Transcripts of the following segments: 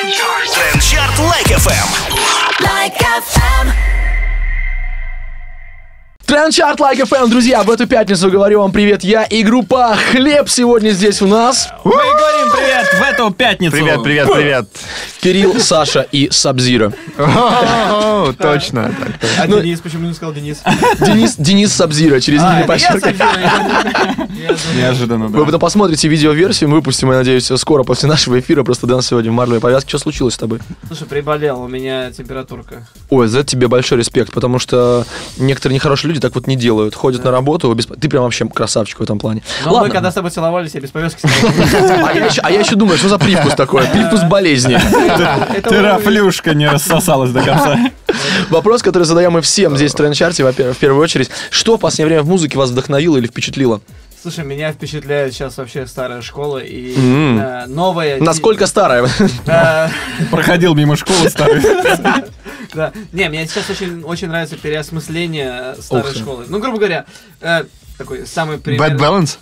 Трендчарт Like FM. Like FM. Трендчарт Like FM, друзья, в эту пятницу говорю вам привет, я и группа Хлеб сегодня здесь у нас. Мы говорим привет в эту пятницу. Привет. Кирилл, Саша и Сабзиро. Точно. А Денис, почему не сказал Денис? Денис Сабзиро, через не подчеркиваю. Неожиданно, Вы потом посмотрите видеоверсию, мы выпустим, я надеюсь, скоро после нашего эфира. Просто Дэн сегодня в марлевой повязке. Что случилось с тобой? Слушай, приболел, у меня температурка. Ой, за это тебе большой респект, потому что некоторые нехорошие люди так вот не делают. Ходят на работу, ты прям вообще красавчик в этом плане. Но мы когда с тобой целовались, я без повязки снимал. А я еще думаю, что за привкус такой? Привкус болезни. Ты рафлюшка не рассосалась до конца. Вопрос, который задаем мы всем здесь в Трендчарте, в первую очередь. Что в последнее время в музыке вас вдохновило или впечатлило? Слушай, меня впечатляет сейчас вообще старая школа и новая... Насколько старая? Проходил мимо школы старой. Да. Не, мне сейчас очень нравится переосмысление старой школы. Ну, грубо говоря, такой самый пример... Bad Balance?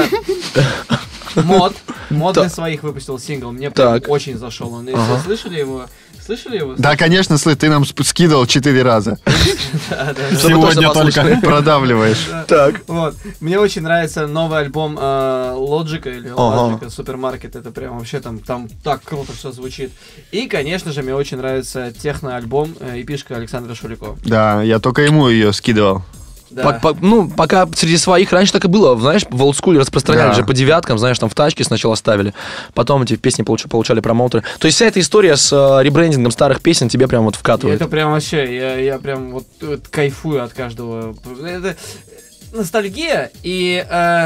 Мод для своих выпустил сингл. Мне прям очень зашел он. Если слышали его? Слышали его? Да, конечно, ты нам скидывал 4 раза. Сегодня только продавливаешь. Так. Вот. Мне очень нравится новый альбом Logic или Logic Supermarket. Это прям вообще там так круто все звучит. И, конечно же, мне очень нравится техно-альбом эпишка Александра Шулико. Да, я только ему ее скидывал. Да. Пока среди своих, раньше так и было, знаешь, в олдскуле распространяли же по девяткам, знаешь, там в тачке сначала ставили, потом эти песни получали промоутеры. То есть вся эта история с ребрендингом старых песен тебе прям вот вкатывает. Это прям вообще, я прям вот кайфую от каждого. Это ностальгия и...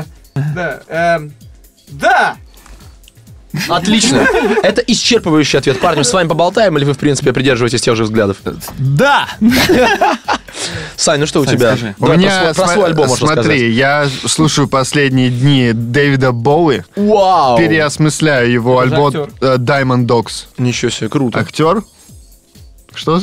Да! Отлично. Это исчерпывающий ответ. Парни, с вами поболтаем, или вы, в принципе, придерживаетесь тех же взглядов? Да! Сань, ну что у тебя? У меня, про свой альбом можно сказать. Смотри, я слушаю последние дни Дэвида Боуи. Вау! Переосмысляю его альбом Diamond Dogs. Ничего себе, круто. Актер? Что?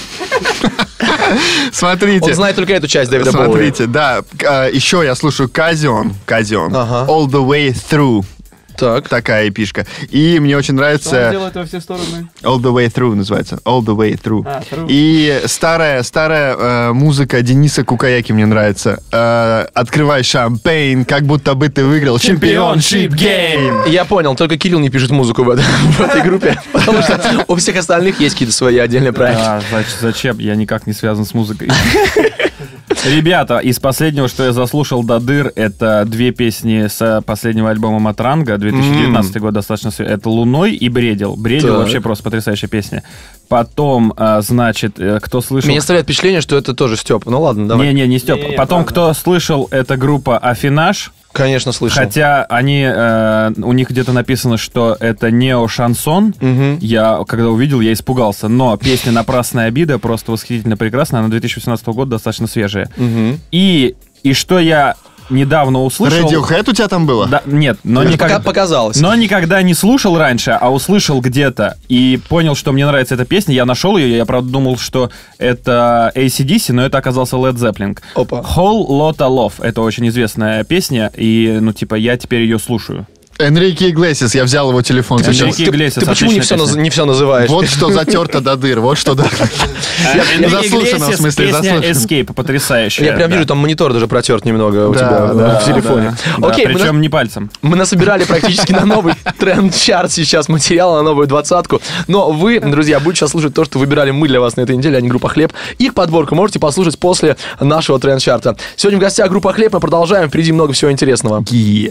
Смотрите. Он знает только эту часть Дэвида Боуи. Смотрите, да. Еще я слушаю Казион. Ага. All the Way Through. Так. Такая эпишка. И мне очень нравится... Что он делает во все стороны? All the Way Through называется. All the Way Through. Through. И старая музыка Дениса Кукаяки мне нравится. Открывай шампейн, как будто бы ты выиграл Championship Game. Я понял, только Кирилл не пишет музыку в этой группе, потому что у всех остальных есть какие-то свои отдельные проекты. Да, зачем? Я никак не связан с музыкой. Ребята, из последнего, что я заслушал до дыр, это 2 песни с последнего альбома Матранга, 2019 год, достаточно свежий. Это «Луной» и «Бредил». «Бредил» вообще просто потрясающая песня. Потом, значит, кто слышал... Мне оставляет впечатление, что это тоже Степ. Ну ладно, давай. Не Степ. Потом, кто слышал, это группа «Афинаж». Конечно, слышал. Хотя они, у них где-то написано, что это нео-шансон. Я, когда увидел, я испугался. Но песня «Напрасная обида» просто восхитительно прекрасная. Она 2018 года, достаточно свежая. И что я недавно услышал... Radiohead у тебя там было? Да, нет, но никогда... показалось. Но никогда не слушал раньше, а услышал где-то и понял, что мне нравится эта песня. Я нашел ее, я, правда, думал, что это AC/DC, но это оказался Led Zeppelin. Опа. Whole Lotta Love. Это очень известная песня, и, я теперь ее слушаю. Энрике Иглесиас, я взял его телефон. Энрике Иглесиас, ты почему не все называешь? Вот что затерто до дыр, вот что да. Заслушано, в смысле, песня заслушано. Escape потрясающая. Я прям вижу, там монитор даже протерт немного у тебя в телефоне. Окей, причем не пальцем. Мы насобирали практически на новый тренд-чарт сейчас материала, на новую 20-ку. Но вы, друзья, будете сейчас слушать то, что выбирали мы для вас на этой неделе, а не группа Хлеб. Их подборку можете послушать после нашего тренд-чарта. Сегодня в гостях группа Хлеб, мы продолжаем, впереди много всего интересного.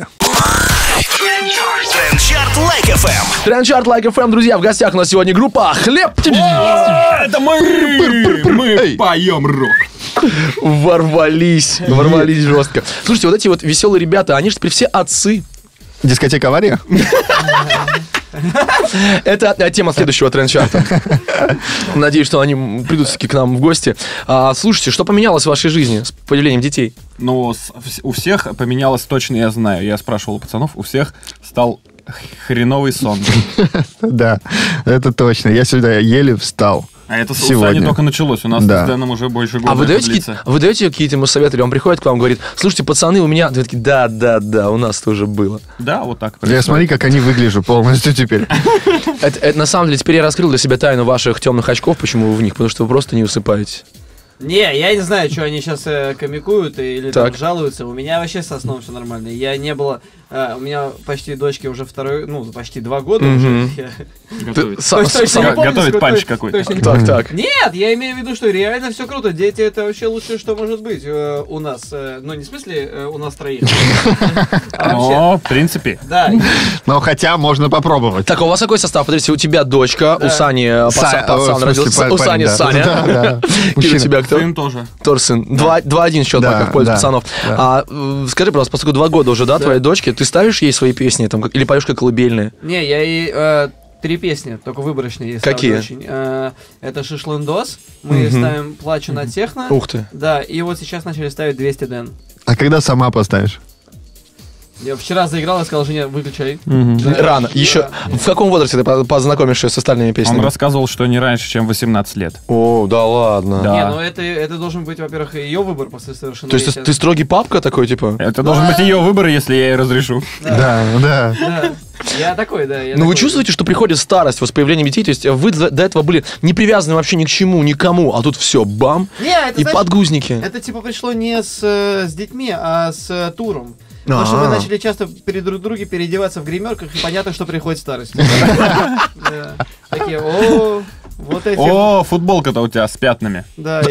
Трендчарт Like FM. Трендчарт Like FM, друзья, в гостях у нас сегодня группа Хлеб. Это мы поем рок. Ворвались жестко. Слушайте, вот эти вот веселые ребята, они же теперь все отцы. Дискотека «Авария»? Это тема следующего тренд-чарта. Надеюсь, что они придут все-таки к нам в гости. Слушайте, что поменялось в вашей жизни с появлением детей? Ну, у всех поменялось точно, я знаю. Я спрашивал у пацанов, у всех стал хреновый сон. Да, это точно. Я сюда еле встал. А это с Сегодня. Сани только началось. У нас Да. с Дэном уже больше года. А вы это даете, длится. вы даете какие-то ему советы, или он приходит к вам и говорит, слушайте, пацаны, у меня... Вы такие, да, у нас тоже было. Да, вот так. Я смотри, как они выгляжу полностью теперь. Это на самом деле, теперь я раскрыл для себя тайну ваших темных очков, почему вы в них, потому что вы просто не усыпаетесь. Не, я не знаю, что они сейчас комикуют или там Так. жалуются. У меня вообще со сном все нормально. Я не было... у меня почти дочке уже почти 2 года уже. Готовить. Точно не помню, Готовит сколько- панч какой-то. точно не помню. Так. Нет, я имею в виду, что реально все круто. Дети это вообще лучшее, что может быть у нас. Ну, не в смысле у нас троих. А вообще. Но, в принципе. Да. Но хотя можно попробовать. Так, а у вас какой состав? Подождите, у тебя дочка, у Сани пацан в смысле, родился, у парень, Сани да. Саня. Да. И у Мужчина. тебя кто? Сын тоже. Тоже сын. 2-1 счет Да, пока в пользу да, пацанов. да. А скажи, пожалуйста, поскольку 2 года уже, да, твоей дочке, ты ставишь ей свои песни там, или поешь как колыбельные? Не, я ей 3 песни, только выборочные. ей ставлю Какие? очень. Это «Шишлындос». Мы ставим «Плачу на техно». Ух ты. Да, и вот сейчас начали ставить 200 Дэн. А когда сама поставишь? Я вчера заиграл и сказал жене, выключай. Рано. Еще. В каком возрасте ты познакомишься с остальными Он песнями? рассказывал, что не раньше, чем 18 лет. О, да ладно. Да. Не, ну это должен быть, во-первых, ее выбор после То есть совершеннолетия. ты строгий папка такой, типа? Это должен быть ее выбор, если я ей разрешу. Да. Да. Я такой, да. Ну вы чувствуете, что приходит старость вот с появлением детей? То есть вы до этого были не привязаны вообще ни к чему, никому, а тут все, бам, Не, это, и знаешь, подгузники. это типа пришло не с детьми, а с туром. Потому что мы начали часто перед друг друга переодеваться в гримерках, и понятно, что приходит старость. Да. Такие, вот эти... О, футболка-то у тебя с пятнами. Да,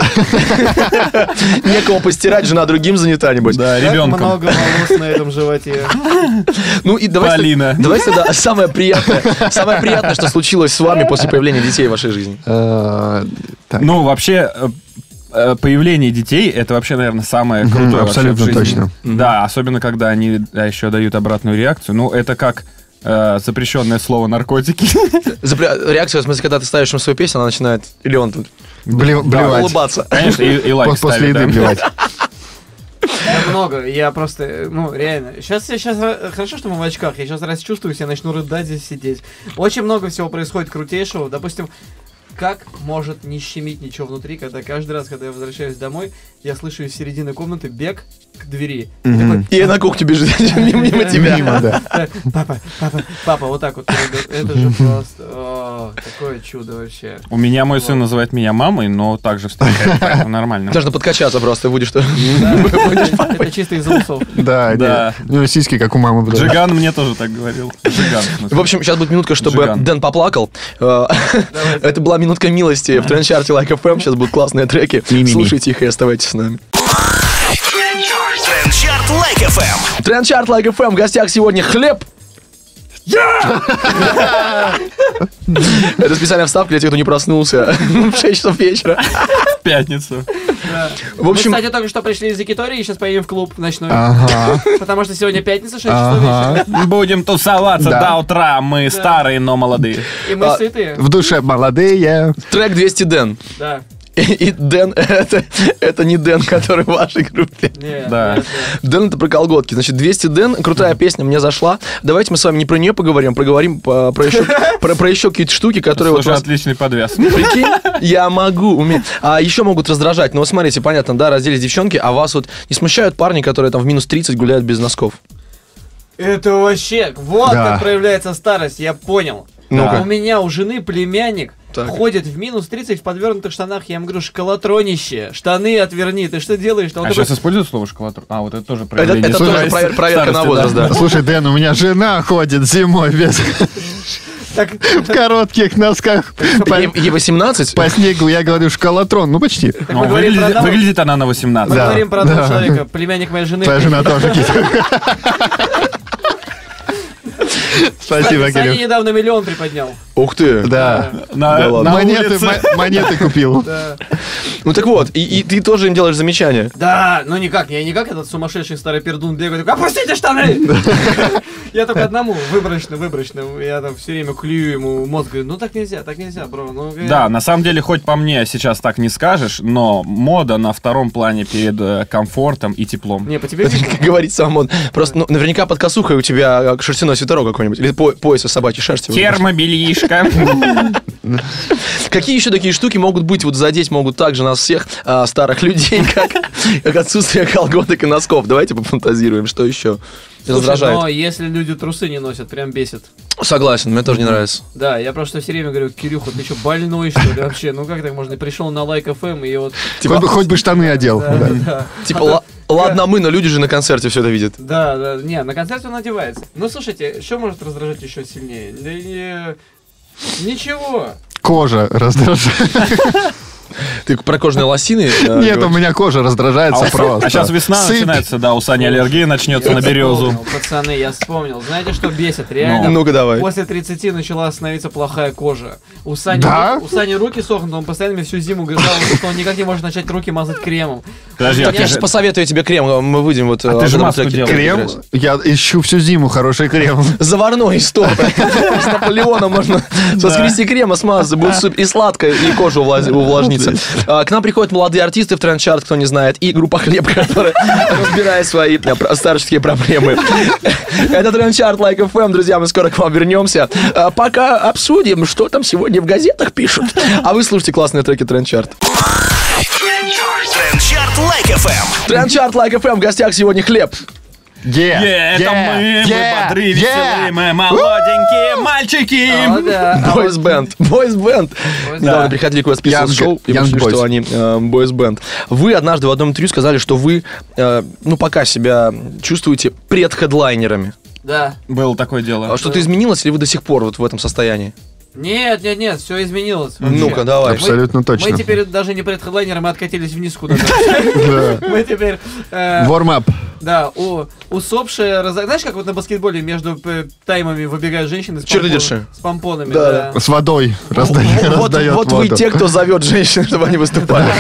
Некого постирать, жена другим занята, небось. Да, как ребенком. много волос на этом животе. Ну и давайте, Полина. давайте тогда самое приятное, что случилось с вами после появления детей в вашей жизни. Так. Ну, вообще, появление детей это вообще, наверное, самое крутое вообще абсолютно в жизни. точно. Да, особенно когда они еще дают обратную реакцию. Ну, это как запрещенное слово наркотики. Реакция, в смысле, когда ты ставишь им свою песню, она начинает, или он тут Блевать. улыбаться. Конечно, и лайк После ставить, еды да. блевать. Много, я просто, реально. Сейчас хорошо, что мы в очках, я сейчас расчувствуюсь, я начну рыдать здесь сидеть. Очень много всего происходит крутейшего. Допустим, как может не щемить ничего внутри, когда каждый раз, когда я возвращаюсь домой, я слышу из середины комнаты бег к двери. И такой, И на кухню бежит мимо тебя. Мимо, да. папа, вот так вот. Это же просто такое чудо вообще. У меня мой сын называет меня мамой, но также встречает, поэтому нормально. Нужно подкачаться просто, будешь что. Это чисто из-за усов. Да, Да. да. Ну, сиськи, как у мамы. были. Джиган мне тоже так говорил. Джиган, в смысле. В общем, сейчас будет минутка, чтобы Джиган. Дэн поплакал. Это была минутка милости в тренд-чарте Like FM. Сейчас будут классные треки. Слушайте их и оставайтесь с нами. Трендчарт Like FM. Тренд-чарт Like FM. В гостях сегодня Хлеб. Это специальная вставка для тех, кто не проснулся в 6 часов вечера. В пятницу. В Мы, общем, кстати, только что пришли из Якитории, сейчас поедем в клуб ночной. Ага. Потому что сегодня пятница, 6 часов вечера. Будем тусоваться Да. до утра. Мы старые, но молодые. И мы сытые. В душе молодые. трек 200 Дэн. Да. И Дэн, это не Дэн, который в вашей группе. Нет, Да. нет, нет. Дэн это про колготки. Значит, 200 Дэн, крутая песня, мне зашла. Давайте мы с вами не про нее поговорим, про еще какие-то штуки, которые вот Слушай, вас... отличный подвес. Прикинь, я могу уметь. А еще могут раздражать. Ну вот смотрите, понятно, да, разделись девчонки, а вас вот не смущают парни, которые там в минус 30 гуляют без носков? Это вообще, вот Да. как проявляется старость, я понял. Ну-ка. У меня у жены племянник Так. ходит в минус 30 в подвернутых штанах. Я ему говорю, школотронище, штаны отверни, ты что делаешь? Он А такой, сейчас используют слово шоколад? А, вот это тоже Это проявление тоже старости, проверка на возраст, да. Слушай, Дэн, у меня жена ходит зимой без так, в коротких носках Ей 18? по снегу. Я говорю, школотрон. Ну, почти. так Ну, мы говорим про одного- выглядит она на мы 18. Да. говорим про одного да. человека, племянник моей жены. Твоя жена тоже кисет. Спасибо, Саня Кирилл. недавно миллион приподнял. Ух ты. Да. На ладно. Монеты, улице. монеты купил. Да. Ну так вот, и ты тоже им делаешь замечания. Да, ну никак, я не как этот сумасшедший старый пердун бегаю, такой, опустите штаны! Я только одному, выборочно. Я там все время клюю ему мозг, говорю, ну так нельзя, бро. Ну, Да, на самом деле, хоть по мне сейчас так не скажешь, но мода на втором плане перед комфортом и теплом. Не, по тебе видно. Как говорит сам он. Просто ну, наверняка под косухой у тебя шерстяной свитерок какой-нибудь. Или пояс из собачьей шерсти. Термобельишка. Какие еще такие штуки могут быть? Вот задеть могут также нас всех, старых людей, как отсутствие колготок и носков. Давайте пофантазируем, что еще раздражает. Но если люди трусы не носят, прям бесит. Согласен, мне тоже не нравится. Да, я просто все время говорю: Кирюха, ты что, больной, что ли, вообще? Ну как так можно? Пришел на Like FM и вот... Хоть бы штаны одел. Да, Да. да. Типа, ладно мы, но люди же на концерте все это видят. Да, да, не, на концерте он одевается. Ну, слушайте, что может раздражать еще сильнее? Да ничего. Кожа раздражает. Ты про кожные лосины? Нет, у меня кожа раздражается просто. А сейчас весна Сыпь. начинается, да, у Сани аллергия начнется на березу. Вспомнил, пацаны, я вспомнил. Знаете, что бесит? Реально. Ну-ка давай. После 30 начала становиться плохая кожа. У Сани, Да? у Сани руки сохнут, он постоянно мне всю зиму жаловался, что он никак не может начать руки мазать кремом. Подожди, Я сейчас посоветую тебе крем, мы выйдем вот... ты же маску делаешь. Крем? Я ищу всю зиму хороший крем. Заварной из торта. С Наполеоном можно соскрести крема, смазать, будет супер. И сладко, и кожа увлажнится. К нам приходят молодые артисты в тренд-чарт, кто не знает, и группа «Хлеб», которая разбирает свои старческие проблемы. Это тренд-чарт Like FM, друзья, мы скоро к вам вернемся. Пока обсудим, что там сегодня в газетах пишут. А вы слушайте классные треки тренд-чарт. Тренд-чарт Like FM. Тренд-чарт Like FM, в гостях сегодня «Хлеб». Это мы бодрые, веселые, мы молоденькие мальчики. О, да. Бойс-бенд. Бойс-бенд. Недавно приходили к вас писать шоу и решили, что они бойс-бенд. Вы однажды в одном интервью сказали, что вы, пока себя чувствуете предхедлайнерами. Да. Было такое дело. А что-то изменилось, или вы до сих пор вот в этом состоянии? Нет, все изменилось. вообще. Ну-ка, давай. Абсолютно точно. Мы теперь даже не предхедлайнеры, мы откатились вниз куда-то. Да. Мы теперь... Warm-up. Да, усопшие... Знаешь, как вот на баскетболе между таймами выбегают женщины Черлидерши. с помпонами? Да. С водой раздает Вот вы воду. те, кто зовет женщин, чтобы они выступали.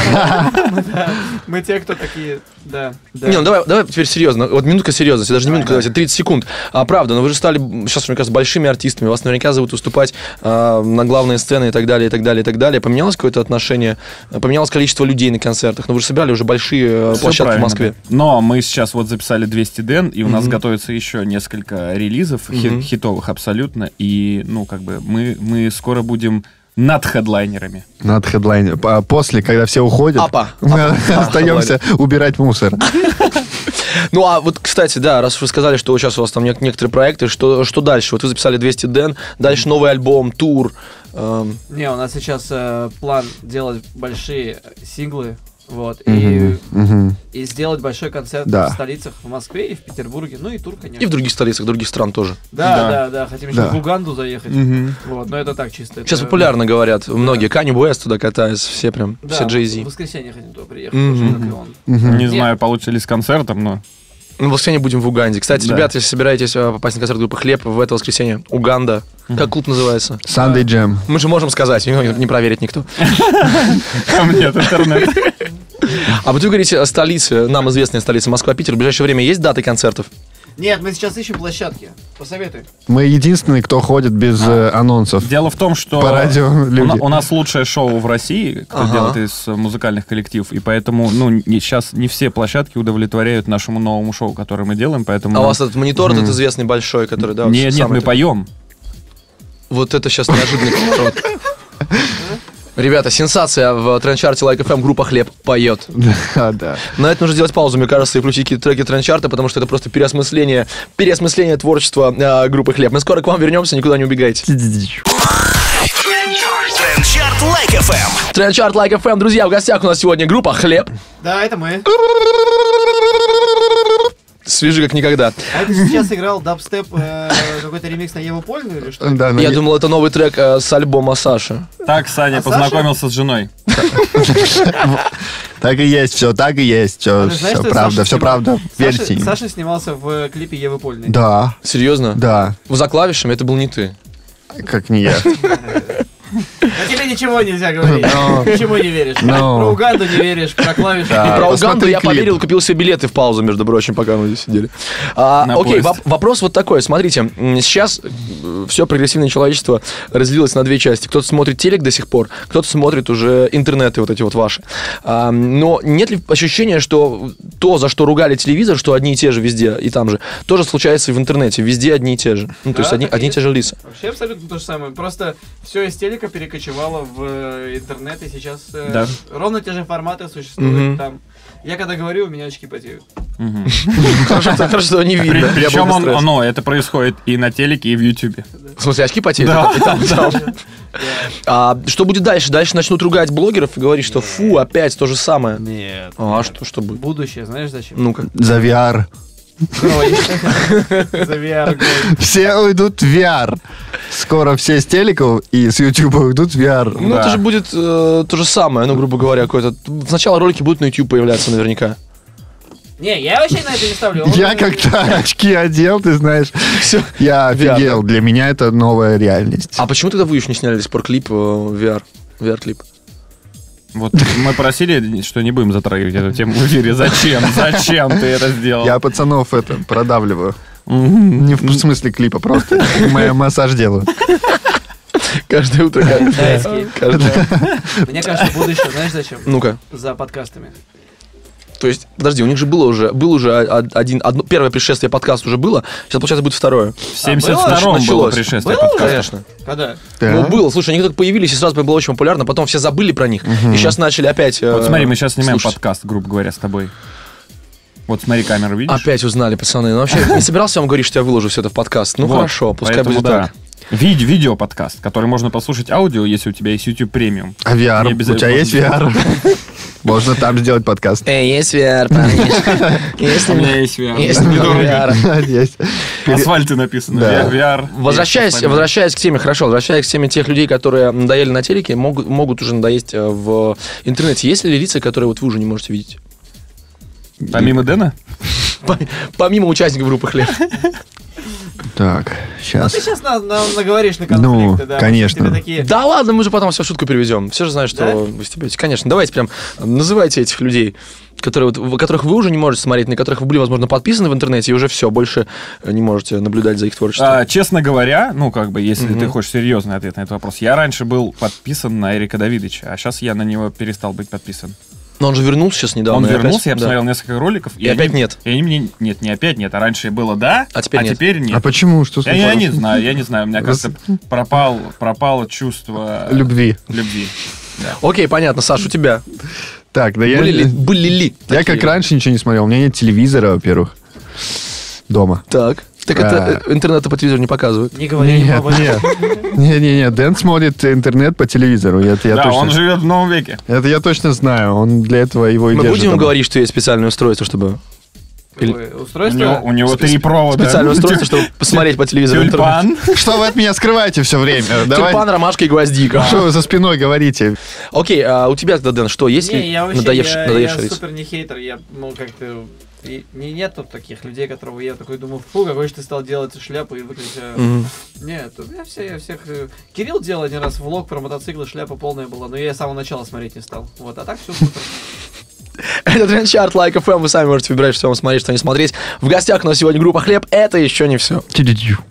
Мы те, кто такие... Да. Не, ну давай теперь серьезно. Вот минутка серьезности, даже не минутка, давайте, 30 секунд. Правда, но вы же стали сейчас, мне кажется, большими артистами. Вас наверняка зовут выступать на главные сцены и так далее, и так далее, и так далее. Поменялось какое-то отношение? Поменялось количество людей на концертах? Но вы же собирали уже большие Всё площадки в правильно, Москве. да. Но мы сейчас вот записали 200 Дэн, и у нас готовится еще несколько релизов, хитовых абсолютно. И, мы скоро будем над хедлайнерами. Над хедлайнер. После, когда все уходят, мы остаемся убирать мусор. Ну, а вот, кстати, да, раз вы сказали, что сейчас у вас там некоторые проекты, что дальше? Вот вы записали 200 Дэн, дальше новый альбом, тур. Не, у нас сейчас план делать большие синглы, вот, и сделать большой концерт в столицах, в Москве и в Петербурге, ну и тур, конечно. И в других столицах, других стран тоже. Да, хотим еще в Уганду заехать, вот, но это так чисто. Сейчас популярно говорят, многие, Канье Уэст туда катаются, все прям, все Джей-Зи. в воскресенье хотим туда приехать, тоже, как и он. Не знаю, получится ли с концертом, но... Ну, в воскресенье будем в Уганде. Кстати, ребята, если собираетесь попасть на концерт группы «Хлеб» в это воскресенье, Уганда, как клуб называется? Sunday Jam. Мы же можем сказать, не проверит никто. Там нет интернета. А вот вы говорите, столицы, нам известная столица Москва-Питер, в ближайшее время есть даты концертов? Нет, мы сейчас ищем площадки, посоветуй. Мы единственные, кто ходит без анонсов. Дело в том, что По радио люди. у нас лучшее шоу в России, кто делает из музыкальных коллективов, и поэтому, сейчас не все площадки удовлетворяют нашему новому шоу, которое мы делаем, поэтому... А у вас этот монитор этот известный большой, который, да? Нет, мы поем. Вот это сейчас неожиданный поворот. Ребята, сенсация в тренд-чарте Like FM, группа «Хлеб» поет. Да. На это нужно сделать паузу, мне кажется, и включить какие-то треки тренд-чарта, потому что это просто переосмысление творчества группы «Хлеб». Мы скоро к вам вернемся, никуда не убегайте. Тренд-чарт Like FM. Тренд-чарт Like FM, друзья, в гостях у нас сегодня группа «Хлеб». Да, это мы. Свежи как никогда. А это сейчас играл дабстеп, какой-то ремикс на Еву Польну или что? Да, Я думал, это новый трек с альбома Саши. Так, Саня, познакомился с женой. Так и есть, все, так и есть. А ты знаешь, Все что правда, Саша все снимал- правда. Верьте им. Саша снимался в клипе Евы Польной. Да, Серьезно? да. За клавишами это был не ты. Как не я. А тебе ничего нельзя говорить. Но. Ничего не веришь. Но. Про Уганду не веришь, про клавиши. Да. И про Уганду посмотри я клип. поверил, купил себе билеты в паузу, между прочим, пока мы здесь сидели. На Окей, поезд. вопрос вот такой. Смотрите, сейчас все прогрессивное человечество разделилось на две части. Кто-то смотрит телек до сих пор, кто-то смотрит уже интернеты вот эти вот ваши. Но нет ли ощущения, что то, за что ругали телевизор, что одни и те же везде и там же, тоже случается и в интернете, везде одни и те же. Ну, то есть Да, одни так и и те же лица. Вообще абсолютно то же самое. Просто все из телека перекочевала в интернет, и сейчас Да. ровно те же форматы существуют там. Я когда говорю, у меня очки потеют. Хорошо, что не видно. Я был Причем без стресса. это происходит и на телеке, и в Ютубе. В смысле, очки потеют? Да. И там, и там. Что будет дальше? Дальше начнут ругать блогеров и говорить, что фу, опять то же самое. Нет. А что будет? Будущее, знаешь зачем? Ну-ка. За VR. Грой. За VR грой. Все уйдут в VR. Скоро все с телеков и с YouTube уйдут в VR. Ну, Да. это же будет то же самое, ну, грубо говоря, какое-то... Сначала ролики будут на YouTube появляться наверняка. Не, я вообще на это не ставлю. Я как-то очки одел, ты знаешь. Всё. Я офигел. Для меня это новая реальность. А почему тогда вы еще не сняли до сих пор клип VR? VR-клип. Вот мы просили, что не будем затрагивать эту тему в эфире. Зачем? Зачем ты это сделал? Я пацанов это продавливаю. Не в смысле клипа, просто массаж делаю. Каждое утро. Мне кажется, будущее, знаешь зачем? Ну-ка. За подкастами. То есть, подожди, у них же был уже одно первое пришествие подкаста уже было, сейчас, получается, будет второе. В 72-м было началось. пришествие Было уже? подкаста. Конечно. Когда? Ну, было, слушай, они только появились, и сразу было очень популярно, потом все забыли про них, и сейчас начали опять Вот смотри, мы сейчас снимаем слушать. подкаст, грубо говоря, с тобой. Вот смотри, камеру видишь? Опять узнали, пацаны. Ну, вообще, не собирался вам говорить, что я выложу все это в подкаст. Ну, Вот, хорошо, пускай поэтому будет да. так. Видео-подкаст, который можно послушать аудио, если у тебя есть YouTube премиум. А VR? Не У обязательно. тебя есть VR? Можно там сделать подкаст. Есть VR, парни. Есть У меня есть VR. Есть VR. Есть. Асфальты написано. Да. VR. Возвращаясь к теме, хорошо, возвращаясь к теме тех людей, которые надоели на телеке, могут уже надоесть в интернете. Есть ли лица, которые вот вы уже не можете видеть? Помимо Дэна? Помимо участников группы «Хлеб». Так, Ну, ты сейчас. сейчас наговоришь на конфликты, Ну, да. конечно. Тебе такие... Да ладно, мы же потом все в шутку переведем. Все же знают, что Да? вы стебетесь. Конечно, давайте прям называйте этих людей, которых вы уже не можете смотреть, на которых вы были, возможно, подписаны в интернете, и уже все, больше не можете наблюдать за их творчеством. Честно говоря, ну, как бы, если ты хочешь серьезный ответ на этот вопрос, я раньше был подписан на Эрика Давидыча, а сейчас я на него перестал быть подписан. Но он же вернулся сейчас недавно. Он и опять- вернулся, я да. посмотрел несколько роликов. И опять нет. И они мне... Нет, не опять нет, а раньше было да, А теперь нет. нет. А почему? Что Я случилось? не знаю, у меня как-то пропало чувство Любви. любви. Окей, понятно. Саш, у тебя Так, да я... были ли Я такие? как раньше ничего не смотрел. У меня нет телевизора, во-первых, дома. Так. Так это интернета по телевизору не показывают. Не говори Нет, об этом. нет. Не-не-не, Дэн смотрит интернет по телевизору. Это я Да, точно... он живет в новом веке. Это я точно знаю. Он для этого его и Мы держит будем дома. говорить, что есть специальное устройство, чтобы... Какое устройство? У него 3 провода. Специальное устройство, чтобы посмотреть по телевизору интернет. Тюльпан. Что вы от меня скрываете все время? Давай. Тюльпан, ромашка и гвоздика. Что вы за спиной говорите? Окей, а у тебя, Дэн, что, есть Не, ли я вообще, надоевший я лиц? супер не хейтер, я, ну, как-то... Нету таких людей, которого я такой думаю, фу, какой же ты стал делать шляпу и выключаю. Нет, я всех... Кирилл делал один раз влог про мотоциклы, шляпа полная была, но я с самого начала смотреть не стал. Вот, а так все супер. Это Трендчарт, Like FM, вы сами можете выбирать, что вам смотреть, что не смотреть. В гостях у нас сегодня группа «Хлеб», это еще не все. Трендчарт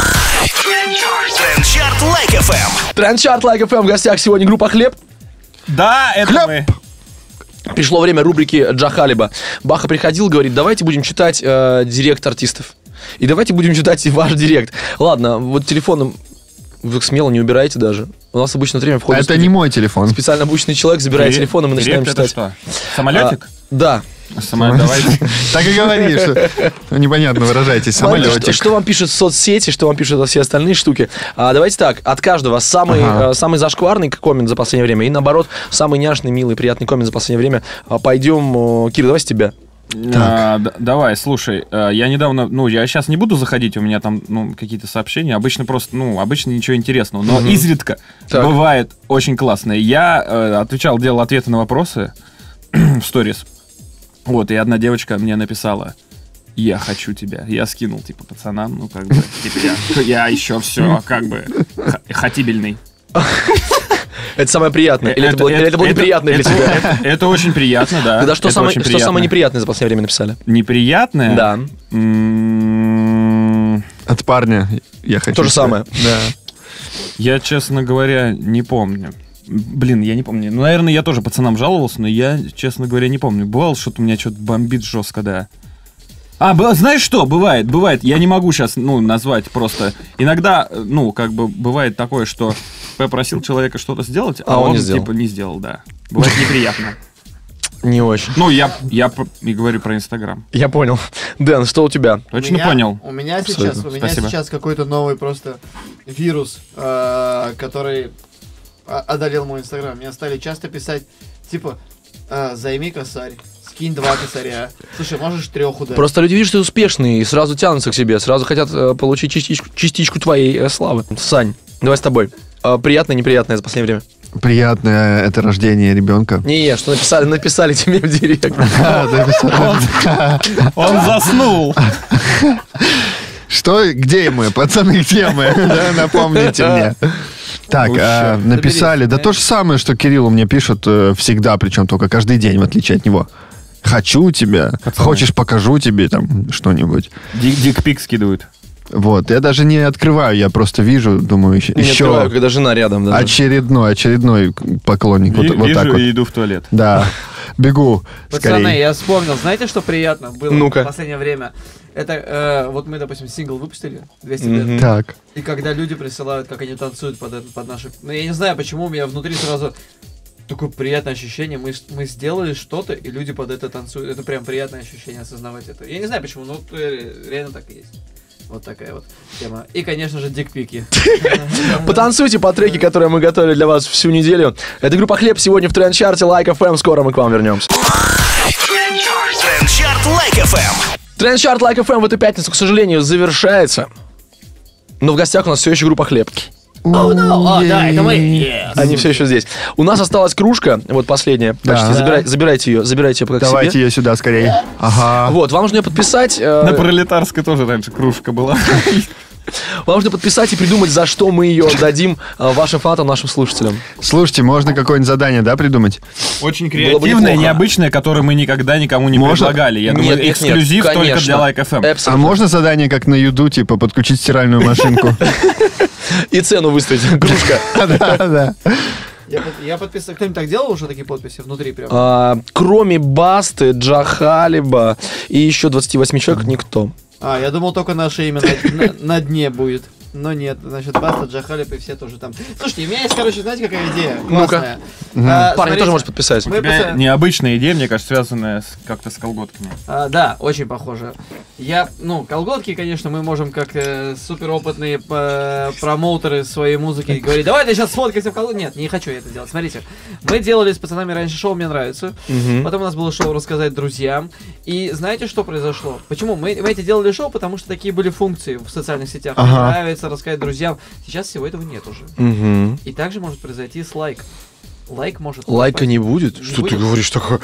Like FM. Трендчарт, Like FM, в гостях сегодня группа «Хлеб». Да, это Хлеб. мы. Пришло время рубрики Джахалиба. Баха приходил, говорит, давайте будем читать директ артистов. И давайте будем читать и ваш директ. Ладно, вот телефоном вы смело не убираете даже. У нас обычно время входит... Это не мой телефон. Специально обученный человек забирает телефон, и мы начинаем Директ это читать. что? Самолетик? Да. Давайте. Так и говори, что непонятно выражаетесь. Смотрите, Самолетик. что вам пишут в соцсети, что вам пишут все остальные штуки. Давайте так, от каждого самый зашкварный коммент за последнее время и, наоборот, самый няшный, милый, приятный коммент за последнее время. Пойдем, Кир, давай с тебя. Давай, слушай, я недавно, я сейчас не буду заходить, у меня там, какие-то сообщения, обычно просто, обычно ничего интересного, но изредка Так. бывает очень классное. Я делал ответы на вопросы в сторис, вот, и одна девочка мне написала: я хочу тебя. Я скинул, пацанам, я еще все, хотибельный. Это самое приятное. Или это было неприятное для тебя? Это очень приятно, да. Тогда что Это самое очень приятно. неприятное за последнее время написали? Неприятное? Да. От парня я хочу. То же сказать. самое. Да. Я, честно говоря, не помню. Блин, я не помню. Наверное, я тоже пацанам жаловался, но я, честно говоря, не помню. Бывало, что-то у меня что-то бомбит жестко, да. Знаешь что, бывает, я не могу сейчас, назвать просто. Иногда, бывает такое, что попросил человека что-то сделать, а он не сделал, да. Бывает неприятно. Не очень. Я и говорю про Инстаграм. Я понял. Дэн, что у тебя? Точно понял? У меня сейчас какой-то новый просто вирус, который одолел мой Инстаграм. Мне стали часто писать, типа, займи косарь. Скинь 2 косаря. Слушай, можешь 3 удать. Просто люди видят, что ты успешный, и сразу тянутся к себе, сразу хотят получить частичку твоей славы. Сань, давай с тобой. Приятное, неприятное за последнее время? Приятное это рождение ребенка. Не, что написали тебе в директ. Он заснул. Что? Где мы? Пацаны, где мы? Напомните мне. Так, написали. Да то же самое, что Кириллу мне пишут всегда, причем только каждый день, в отличие от него. Хочу тебя. Пацаны. Хочешь, покажу тебе там что-нибудь. Дикпик скидывают. Вот, я даже не открываю, я просто вижу, думаю, еще... Не открываю, когда жена рядом даже. Очередной поклонник. Вот так вот. И иду в туалет. Да, бегу Пацаны, скорее. я вспомнил, знаете, что приятно было Ну-ка. в последнее время? Это, вот мы, допустим, сингл выпустили, 200 лет. Так. И когда люди присылают, как они танцуют под наши... я не знаю, почему у меня внутри сразу такое приятное ощущение. Мы сделали что-то, и люди под это танцуют. Это прям приятное ощущение осознавать это. Я не знаю, почему, но реально так и есть. Вот такая вот тема. И, конечно же, дикпики. Потанцуйте по треке, которые мы готовили для вас всю неделю. Это группа «Хлеб» сегодня в Тренд-чарте Like FM. Скоро мы к вам вернемся. Тренд-чарт Like FM. Тренд-чарт Like FM в эту пятницу, к сожалению, завершается. Но в гостях у нас все еще группа «Хлеб». Да, это мы. Они все еще здесь. У нас осталась кружка, вот последняя. Почти. Забирайте ее пока к Давайте себе. ее сюда скорее. Ага. Вот, вам нужно ее подписать. На Пролетарской тоже раньше кружка была. Вам нужно подписать и придумать, за что мы ее отдадим вашим фанатам, нашим слушателям. Слушайте, можно какое-нибудь задание, да, придумать? Очень Было бы креативное, неплохо. необычное, которое мы никогда никому не Можно? предлагали. Я Нет, думаю, нет, эксклюзив нет, только конечно. для Like FM. А Абсолютно. можно задание, как на Юду, типа, подключить стиральную машинку? И цену выставить. Кружка. Да. Я подписал. Кто-нибудь так делал уже такие подписи внутри прям? Кроме Басты, Джахалиба и еще 28 человек никто. Я думал, только наше имя на дне будет. Но нет, значит, Баста, Джахалип и все тоже там. Слушайте, у меня есть, знаете, какая идея? Ну-ка. Классная. Парни тоже можете подписать. У тебя необычная идея, мне кажется, связанная как-то с колготками. Да, очень похоже. Колготки, конечно, мы можем как суперопытные промоутеры своей музыки говорить, давай ты сейчас сфоткайся в колготки. Нет, не хочу я это делать. Смотрите, мы делали с пацанами раньше шоу «Мне нравится». Потом у нас было шоу «Рассказать друзьям». И знаете, что произошло? Почему? Мы эти делали шоу, потому что такие были функции в социальных сетях. Мне нравится рассказать друзьям. Сейчас всего этого нет уже. И также может произойти с лайк. Лайк может... Лайка не будет? Не Что будет. ты говоришь такое?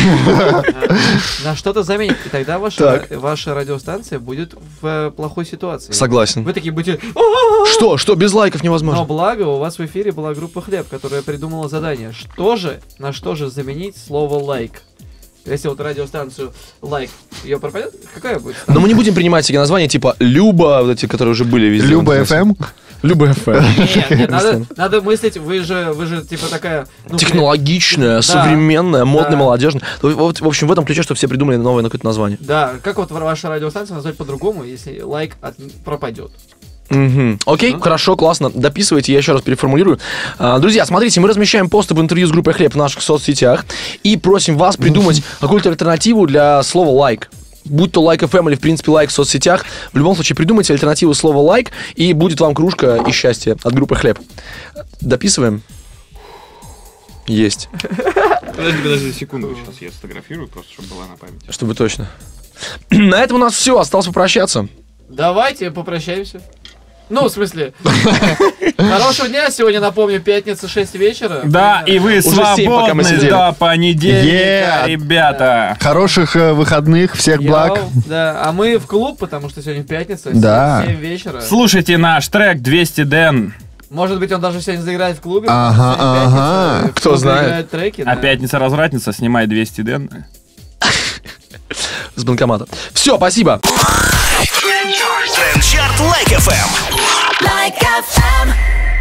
На что-то заменит. И тогда ваша радиостанция будет в плохой ситуации. Согласен. Вы такие будете... Что? Без лайков Но невозможно. благо у вас в эфире была группа «Хлеб», которая придумала задание. На что же заменить слово «лайк»? Если вот радиостанцию «Лайк», ее пропадет, какая будет? Но мы не будем принимать такие названия, типа Люба, вот эти, которые уже были везде. Люба ФМ? Люба ФМ. Нет, надо мыслить, вы же типа такая... Технологичная, современная, модная, молодежная. Вот, в общем, в этом ключе, что все придумали новое на какое-то название. Да, как вот ваша радиостанция назвать по-другому, если «Лайк» пропадет? Окей, хорошо, классно. Дописывайте, я еще раз переформулирую. Друзья, смотрите, мы размещаем посты в интервью с группой «Хлеб» в наших соцсетях и просим вас придумать какую-то альтернативу для слова «лайк». Будь то Like FM или, в принципе, лайк в соцсетях. В любом случае, придумайте альтернативу слова «лайк», и будет вам кружка и счастье от группы «Хлеб». Дописываем? Есть. Подожди секунду, сейчас я сфотографирую, просто чтобы была на память. Чтобы точно. На этом у нас все, осталось попрощаться. Давайте попрощаемся. В смысле, хорошего дня. Сегодня, напомню, пятница, 6 вечера. Да, и вы 7, пока мы свободны сидели. до понедельника, ребята. Хороших выходных, всех благ. Да, а мы в клуб, потому что сегодня пятница, Да. 7 вечера. Слушайте наш трек 200 Дэн. Может быть, он даже сегодня заиграет в клубе. Ага, потому что сегодня ага. пятница, Кто клуб знает. играет треки, А да. пятница-развратница, снимай 200 Дэн. С банкомата. Все, спасибо. Тренд-чарт Like FM. Like FM.